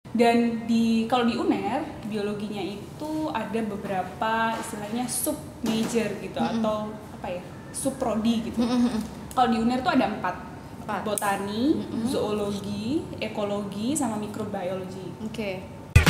Dan kalau di UNER biologinya itu ada beberapa istilahnya sub major gitu atau apa ya, sub prodi gitu. Kalau di UNER tuh ada 4. Botani, zoologi, ekologi, sama mikrobiologi. Oke.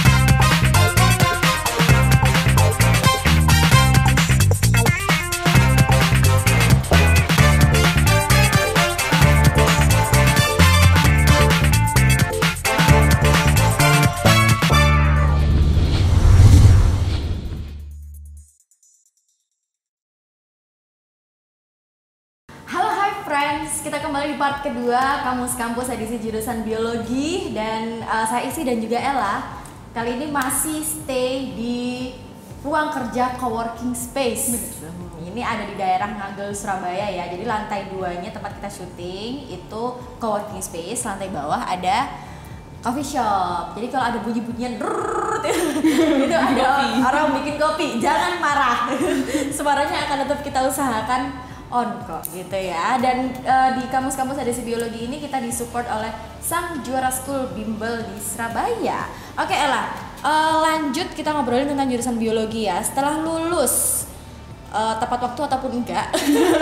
Kita kembali di part kedua Kamus Kampus edisi jurusan biologi dan saya Isi dan juga Ella. Kali ini masih stay di ruang kerja coworking space. Ini ada di daerah Ngagel, Surabaya ya. Jadi lantai 2-nya tempat kita syuting itu coworking space, lantai bawah ada coffee shop. Jadi kalau ada bunyi-bunyian itu ada orang bikin kopi. Jangan marah. Suaranya akan tetap kita usahakan on kok gitu ya. Dan di kamus-kamus edisi biologi ini kita disupport oleh Sang Juara School Bimbel di Surabaya. Oke Ella, lanjut kita ngobrolin tentang jurusan biologi ya. Setelah lulus tepat waktu ataupun enggak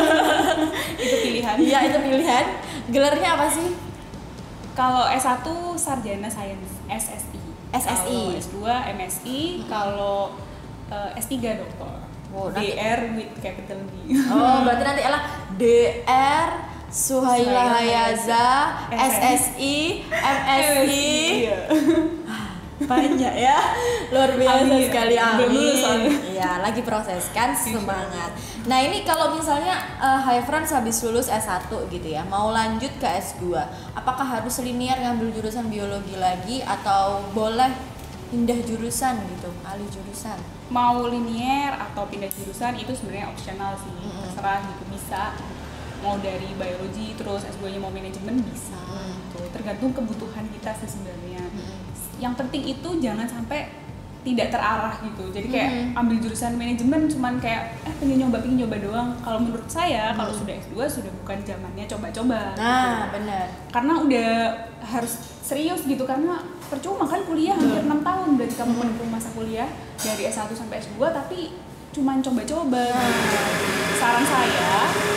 Itu pilihan. Iya itu pilihan. Gelarnya apa sih? Kalau S1 Sarjana Sains SSI. Kalau S2 MSI, kalau S3 doktor. Oh, DR with capital D. Oh, berarti nanti Ella DR Suhaila Hayaza SSI MSI. Banyak ya, luar biasa sekali. Amin. Iya, lagi proses kan, semangat. Nah ini kalau misalnya Hai Frans habis lulus S1 gitu ya, mau lanjut ke S2, apakah harus linear ngambil jurusan biologi lagi atau boleh pindah jurusan gitu, alih jurusan? Mau linear atau pindah jurusan itu sebenarnya opsional sih, terserah gitu, bisa. Mau dari biologi terus S2-nya mau manajemen bisa, gitu. Tergantung kebutuhan kita sih sebenarnya. Yang penting itu jangan sampai tidak terarah gitu. Jadi kayak ambil jurusan manajemen cuman kayak pengen nyoba doang. Kalau menurut saya kalau sudah S2 sudah bukan zamannya coba-coba. Nah, gitu. benar. Karena udah harus serius gitu, karena percuma kan kuliah hampir 6 tahun berarti kamu menempuh masa kuliah dari S1 sampai S2 tapi cuman coba-coba. Saran saya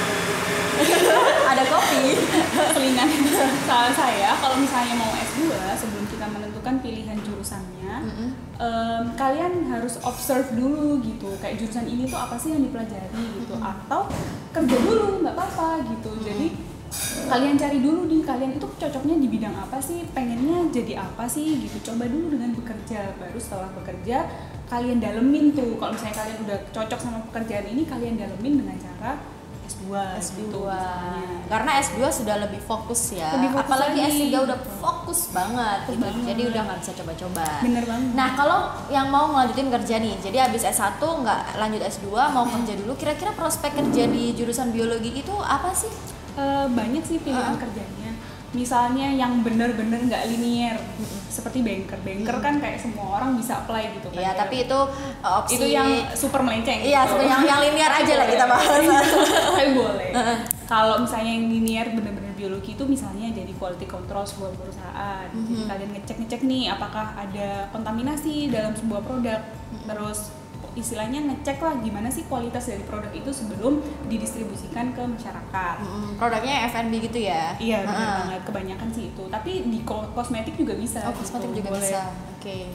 ada kopi selingan. Saran saya kalau misalnya mau S2 sebelum kita menentukan pilihan jurusannya, kalian harus observe dulu gitu, kayak jurusan ini tuh apa sih yang dipelajari gitu, atau kerja dulu nggak apa-apa gitu. Jadi kalian cari dulu nih, kalian itu cocoknya di bidang apa sih, pengennya jadi apa sih gitu. Coba dulu dengan bekerja, baru setelah bekerja kalian dalemin tuh. Kalau misalnya kalian udah cocok sama pekerjaan ini, kalian dalemin dengan cara S2 gitu misalnya. Karena S2 sudah lebih fokus ya. Lebih fokus apalagi lagi. S3 udah fokus banget gitu. Jadi udah nggak bisa coba-coba. Bener banget. Nah kalau yang mau ngelanjutin kerja nih, jadi habis S1 nggak lanjut S2 mau kerja dulu, kira-kira prospek kerja di jurusan biologi itu apa sih? Banyak sih pilihan kerjanya. Misalnya yang bener-bener nggak linear, seperti banker kan kayak semua orang bisa apply gitu kan. Iya, tapi itu opsi itu yang super melenceng. Iya, gitu. yang linear aja lah kita bahas. Tapi boleh. Kalau misalnya yang linear bener-bener biologi itu misalnya jadi quality control sebuah perusahaan. Jadi kalian ngecek nih apakah ada kontaminasi dalam sebuah produk. Terus istilahnya ngecek lah gimana sih kualitas dari produk itu sebelum didistribusikan ke masyarakat. Produknya F&B gitu ya? Iya benar banget, kebanyakan sih itu. Tapi di kosmetik juga bisa. Oh, kosmetik juga boleh. bisa. Oke.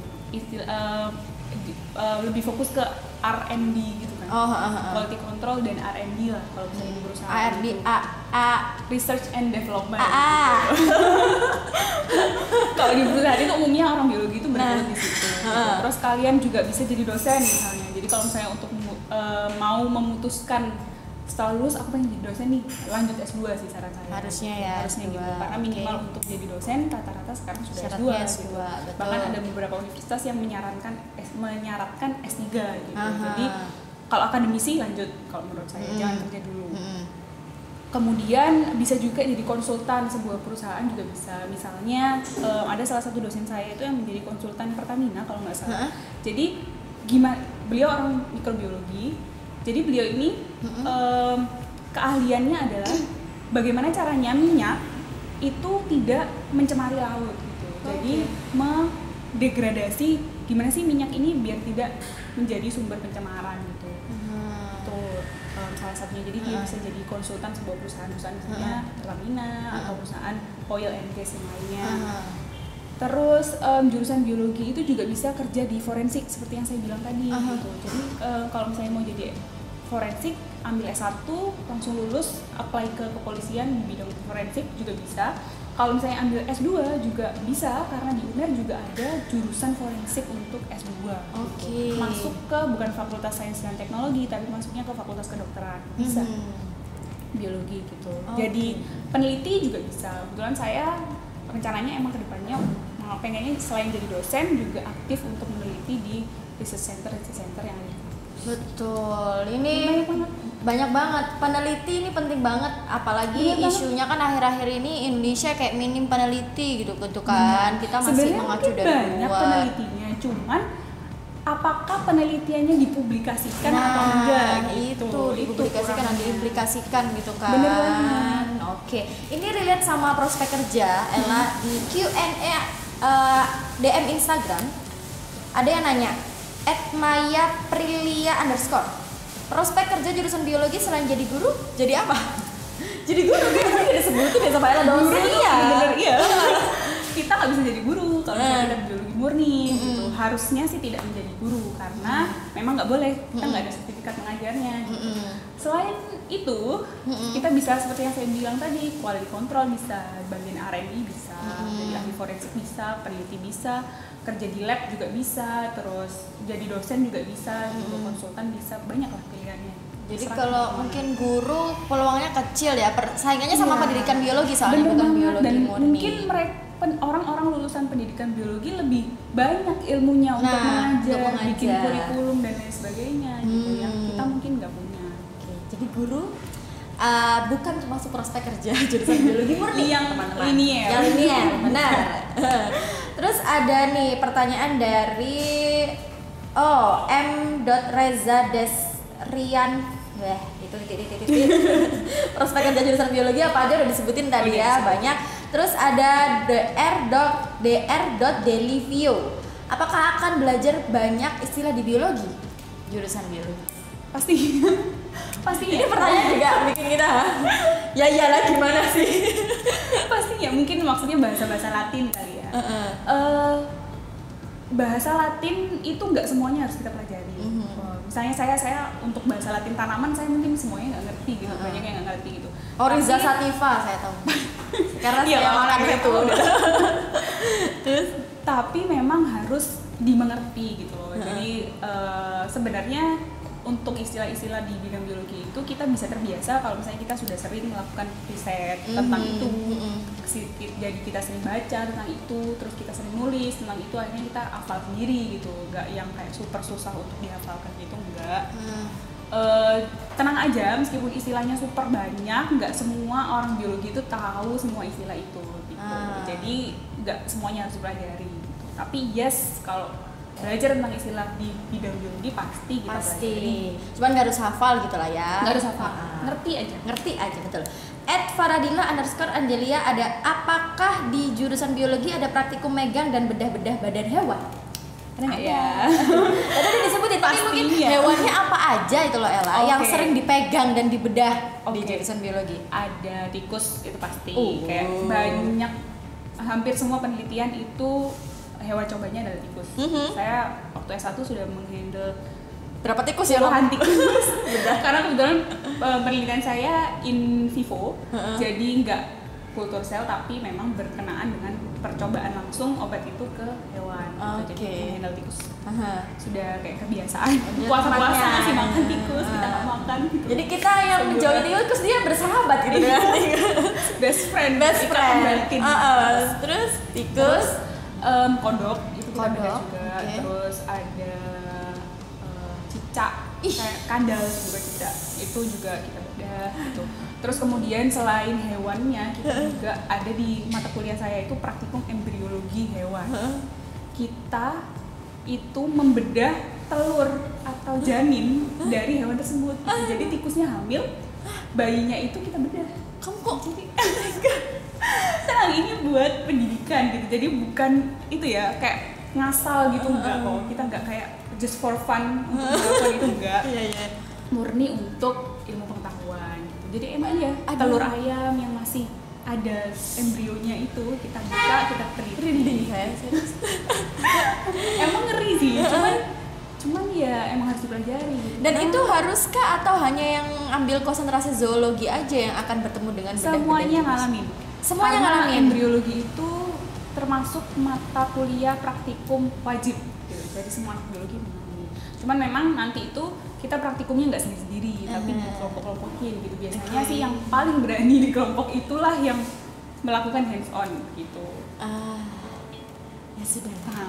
Lebih fokus ke R&D gitu kan. Quality control dan R&D lah kalau misalnya di perusahaan. R&D gitu. Research and Development. Kalau di perusahaan itu umumnya orang biologi itu bergelut di situ. Terus kalian juga bisa jadi dosen misalnya. Jadi kalau misalnya untuk mau memutuskan setelah lulus aku pengen jadi dosen nih, lanjut S2 sih saran saya. Harusnya ya. Harusnya gitu. Karena minimal untuk jadi dosen rata-rata sekarang sudah S2. S2 betul. Bahkan ada beberapa universitas yang menyarankan S3 gitu. Jadi kalau akademisi lanjut, kalau menurut saya jangan kerja dulu. Kemudian bisa juga jadi konsultan sebuah perusahaan juga bisa. Misalnya ada salah satu dosen saya itu yang menjadi konsultan Pertamina kalau nggak salah. Jadi beliau orang mikrobiologi. Jadi beliau ini keahliannya adalah bagaimana caranya minyak itu tidak mencemari laut gitu. Jadi degradasi gimana sih minyak ini biar tidak menjadi sumber pencemaran gitu. Itu salah satunya. Jadi dia bisa jadi konsultan sebuah perusahaan misalnya Pertamina atau perusahaan oil and gas yang lainnya. Terus jurusan biologi itu juga bisa kerja di forensik seperti yang saya bilang tadi gitu. Jadi kalau misalnya mau jadi forensik, ambil S1 langsung lulus, apply ke kepolisian di bidang forensik juga bisa. Kalau misalnya ambil S2 juga bisa, karena di UNER juga ada jurusan forensik untuk S2. Gitu. Masuk ke bukan Fakultas Sains dan Teknologi, tapi masuknya ke Fakultas Kedokteran. Bisa. Biologi gitu. Jadi peneliti juga bisa. Kebetulan saya rencananya emang kedepannya pengennya selain jadi dosen juga aktif untuk meneliti di research center yang ada. Betul, ini banyak banget peneliti, ini penting banget, apalagi isunya kan akhir-akhir ini Indonesia kayak minim peneliti gitu kan. Kita masih mengacu dari banyak luar. Penelitinya, cuman apakah penelitiannya dipublikasikan atau enggak gitu. Itu dipublikasikan dan diimplikasikan gitu kan. Bener banget. Oke, ini relate sama prospek kerja. Ella di Q&A DM Instagram ada yang nanya @maya_prilia_, prospek kerja jurusan biologi selain jadi guru jadi apa? Jadi guru kan tadi udah disebutin ya sama Ella dosen. Iya. Kita nggak bisa jadi guru kalau misalnya kita biologi murni gitu. Harusnya sih tidak menjadi guru karena memang nggak boleh, kita nggak ada sertifikat mengajarnya gitu. Selain itu kita bisa seperti yang saya bilang tadi, quality control bisa, bagian R&D bisa, jadi ahli forensik bisa, peneliti bisa, kerja di lab juga bisa, terus jadi dosen juga bisa, gitu, konsultan bisa, banyak lah pilihannya. Jadi kalau mungkin guru peluangnya kecil ya, saingannya sama pendidikan biologi soalnya bukan biologi dan murni. Mungkin mereka orang-orang lulusan pendidikan biologi lebih banyak ilmunya untuk mengajar, bikin kurikulum dan lain sebagainya gitu, yang kita mungkin nggak punya. Jadi guru bukan termasuk prospek kerja jurusan biologi murni yang teman-teman. Yang linier, benar. Terus ada nih pertanyaan dari M.Reza Desrian. Itu titik. Prospek kerja jurusan biologi apa aja udah disebutin tadi ya, banyak. Terus ada dr.delivio. Apakah akan belajar banyak istilah di biologi? Jurusan biologi. Pasti. Ini pertanyaan juga bikin kita. Ya iyalah gimana sih? Pastinya mungkin maksudnya bahasa Latin kali ya. Bahasa Latin itu nggak semuanya harus kita pelajari. Misalnya saya untuk bahasa Latin tanaman saya mungkin semuanya nggak ngerti gitu, banyak yang nggak ngerti gitu. Riza Sativa saya tahu. Karena saya makan itu. Terus tapi memang harus dimengerti gitu loh. Jadi sebenarnya untuk istilah-istilah di bidang biologi itu kita bisa terbiasa kalau misalnya kita sudah sering melakukan riset tentang itu. Jadi kita sering baca tentang itu, terus kita sering nulis tentang itu, akhirnya kita hafal sendiri gitu, nggak yang kayak super susah untuk dihafalkan gitu, enggak. Tenang aja, meskipun istilahnya super banyak, nggak semua orang biologi itu tahu semua istilah itu gitu. Jadi nggak semuanya harus dipelajari gitu. Tapi yes, kalau belajar tentang istilah di bidang biologi pasti kita pelajari. Cuman nggak harus hafal gitu lah ya. Nggak harus hafal, ngerti aja betul. @faradila_angelia ada, apakah di jurusan biologi ada praktikum megang dan bedah-bedah badan hewan? Ada nggak ya? Tadi udah disebutin, tapi mungkin hewannya apa aja itu loh Ella yang sering dipegang dan dibedah di jurusan biologi? Ada tikus, itu pasti. Kayak banyak, hampir semua penelitian itu hewan cobanya adalah tikus. Saya waktu S1 sudah menghandle berapa tikus ya? Puluhan tikus. Karena kebetulan penelitian saya in vivo, jadi nggak kultur sel tapi memang berkenaan dengan percobaan langsung obat itu ke hewan. Jadi menghandle tikus sudah kayak kebiasaan. Puasa-puasa masih makan tikus, kita nggak makan. Gitu. Jadi kita yang menjauhi tikus, dia bersahabat gitu kan? Best friend. Terus tikus. Kodok itu kita bedah juga, terus ada cicak, kayak kandal juga cicak, itu juga kita bedah gitu. Terus kemudian selain hewannya kita juga ada di mata kuliah saya itu praktikum embriologi hewan. Kita itu membedah telur atau janin dari hewan tersebut. Jadi tikusnya hamil, bayinya itu kita bedah. Kamu kok jadi tenang, ini buat pendidikan gitu, jadi bukan itu ya kayak ngasal gitu, enggak kok. Kita enggak kayak just for fun untuk melakukan itu, enggak. Iya. Murni untuk ilmu pengetahuan gitu. Jadi emang ya telur ayam yang masih ada embrionya itu kita buka, kita teliti. Emang ngeri sih, cuman ya emang harus dipelajari gitu. Dan itu haruskah atau hanya yang ambil konsentrasi zoologi aja yang akan bertemu dengan semuanya ngalamin? Semuanya karena ngalamin. Embriologi itu termasuk mata kuliah praktikum wajib gitu. Jadi semua anak biologi mengalami. Cuman memang nanti itu kita praktikumnya nggak sendiri-sendiri, tapi dikelompok-kelompokin gitu. Biasanya sih yang paling berani di kelompok itulah yang melakukan hands on gitu. Ya sudah.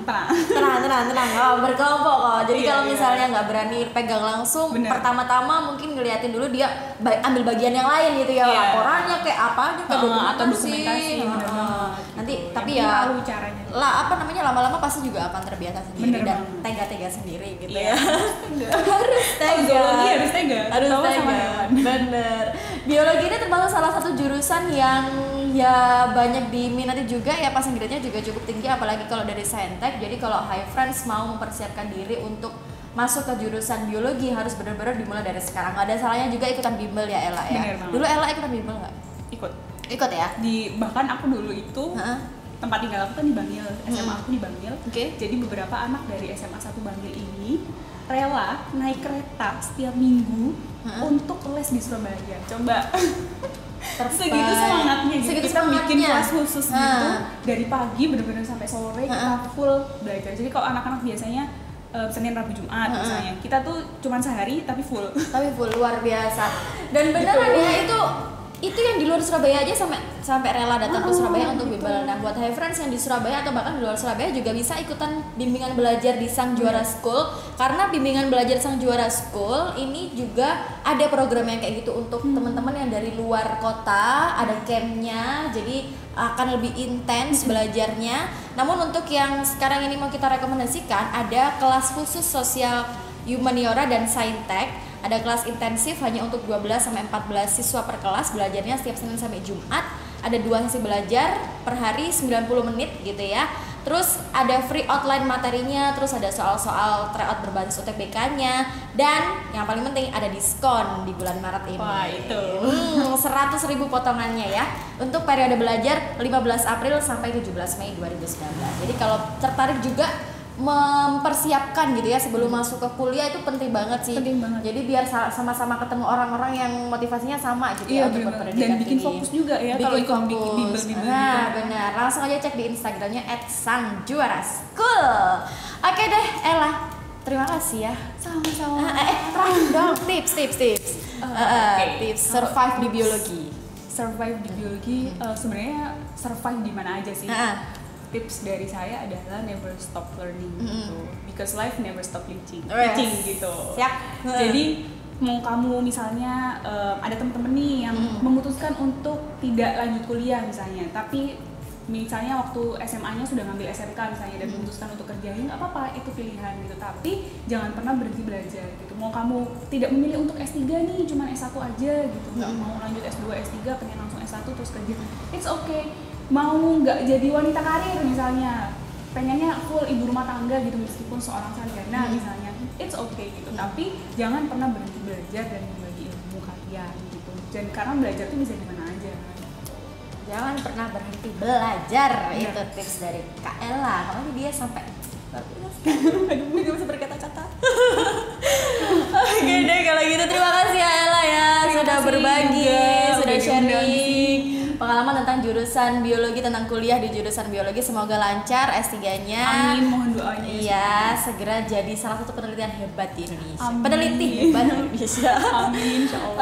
Tenang. Oh, berkelompok kok. Jadi Iya, kalau iya. misalnya nggak berani pegang langsung, Bener. pertama-tama mungkin ngeliatin dulu dia ambil bagian yang lain gitu ya, Iya. laporannya kayak apa aja, kayak Atau dokumentasi, bener Heeh. banget, Nanti gitu. tapi Yang ya tahu caranya. lah apa namanya lama-lama pasti juga akan terbiasa sendiri Bener dan banget. tega-tega sendiri gitu Iya. ya. Harus tega. Zoologi harus tega. Harus Terutama sama tega. hewan. Bener. Biologi ini termasuk salah satu jurusan yang ya banyak diminati juga ya, passing grade-nya juga cukup tinggi apalagi kalau dari Saintek. Jadi kalau High Friends mau mempersiapkan diri untuk masuk ke jurusan biologi harus benar-benar dimulai dari sekarang. Nggak ada salahnya juga ikutan bimbel ya Ella ya. Bener banget. Dulu Ella ikutan bimbel nggak? Ikut ya? Bahkan aku dulu itu Heeh. tempat tinggal aku kan di Bangil, SMA aku di Bangil. Oke. Jadi beberapa anak dari SMA 1 Bangil ini rela naik kereta setiap minggu untuk les di Surabaya. Coba. Segitu semangatnya gitu. Segitu Kita bikin semangatnya. kelas khusus gitu dari pagi bener-bener sampai sore kita full belajar. Jadi kalau anak-anak biasanya Senin, Rabu, Jumat misalnya, kita tuh cuman sehari tapi full. Tapi full luar biasa. Dan beneran Gitu. ya itu yang di luar Surabaya aja sampai rela datang ke Surabaya untuk bimbel. Nah, buat High Friends yang di Surabaya atau bahkan di luar Surabaya juga bisa ikutan bimbingan belajar di Sang Juara School, karena bimbingan belajar Sang Juara School ini juga ada program yang kayak gitu untuk teman-teman yang dari luar kota, ada campnya, jadi akan lebih intens belajarnya. Namun untuk yang sekarang ini mau kita rekomendasikan, ada kelas khusus sosial humaniora dan saintek. Ada kelas intensif hanya untuk 12 sampai 14 siswa per kelas, belajarnya setiap Senin sampai Jumat. Ada 2 sesi belajar per hari 90 menit gitu ya. Terus ada free outline materinya, terus ada soal-soal tryout berbasis UTBK-nya, dan yang paling penting ada diskon di bulan Maret ini. Wah, itu. 100.000 potongannya ya. Untuk periode belajar 15 April sampai 17 Mei 2019. Jadi kalau tertarik juga mempersiapkan gitu ya sebelum masuk ke kuliah itu penting banget sih. Penting banget. Jadi biar sama-sama ketemu orang-orang yang motivasinya sama gitu ya untuk bener. berpendidikan Dan bikin tinggi. fokus juga ya kalau ikut bimbel-bimbel gitu. Nah, benar. Langsung aja cek di Instagramnya @sangjuaraschool. Oke deh, Ella. Terima kasih ya. Sama-sama. Terakhir dong tips. Oke. Tips survive di biologi. Survive di biologi sebenarnya survive di mana aja sih? Tips dari saya adalah never stop learning gitu. Because life never stop teaching. Teaching gitu. Siap. Jadi mau kamu misalnya ada temen-temen nih yang memutuskan untuk tidak lanjut kuliah misalnya, tapi misalnya waktu SMA-nya sudah ngambil SMK misalnya dan memutuskan untuk kerja, ya nggak apa-apa, itu pilihan gitu. Tapi jangan pernah berhenti belajar gitu. Mau kamu tidak memilih untuk S3 nih, cuma S1 aja gitu, nggak mau lanjut S2, S3, pengen langsung S1 terus kerja, it's okay. Mau nggak jadi wanita karir misalnya, pengennya full ibu rumah tangga gitu meskipun seorang sarjana misalnya, it's okay gitu. Tapi jangan pernah berhenti belajar dan membagi ilmu kalian gitu. Dan karena belajar tuh bisa di mana aja. Jangan pernah berhenti belajar. Itu tips dari Kak Ella. Kalau dia sampai aduh, gak bisa berkata-kata. Oke deh kalau gitu, terima kasih ya Ella ya. Terima Sudah kasih berbagi, juga sudah udah diundang di sharing pengalaman tentang jurusan biologi, tentang kuliah di jurusan biologi. Semoga lancar S3-nya. Amin, mohon doanya. Iya, segera jadi salah satu peneliti hebat di Indonesia. Amin. Peneliti hebat di Indonesia. Amin, insyaallah.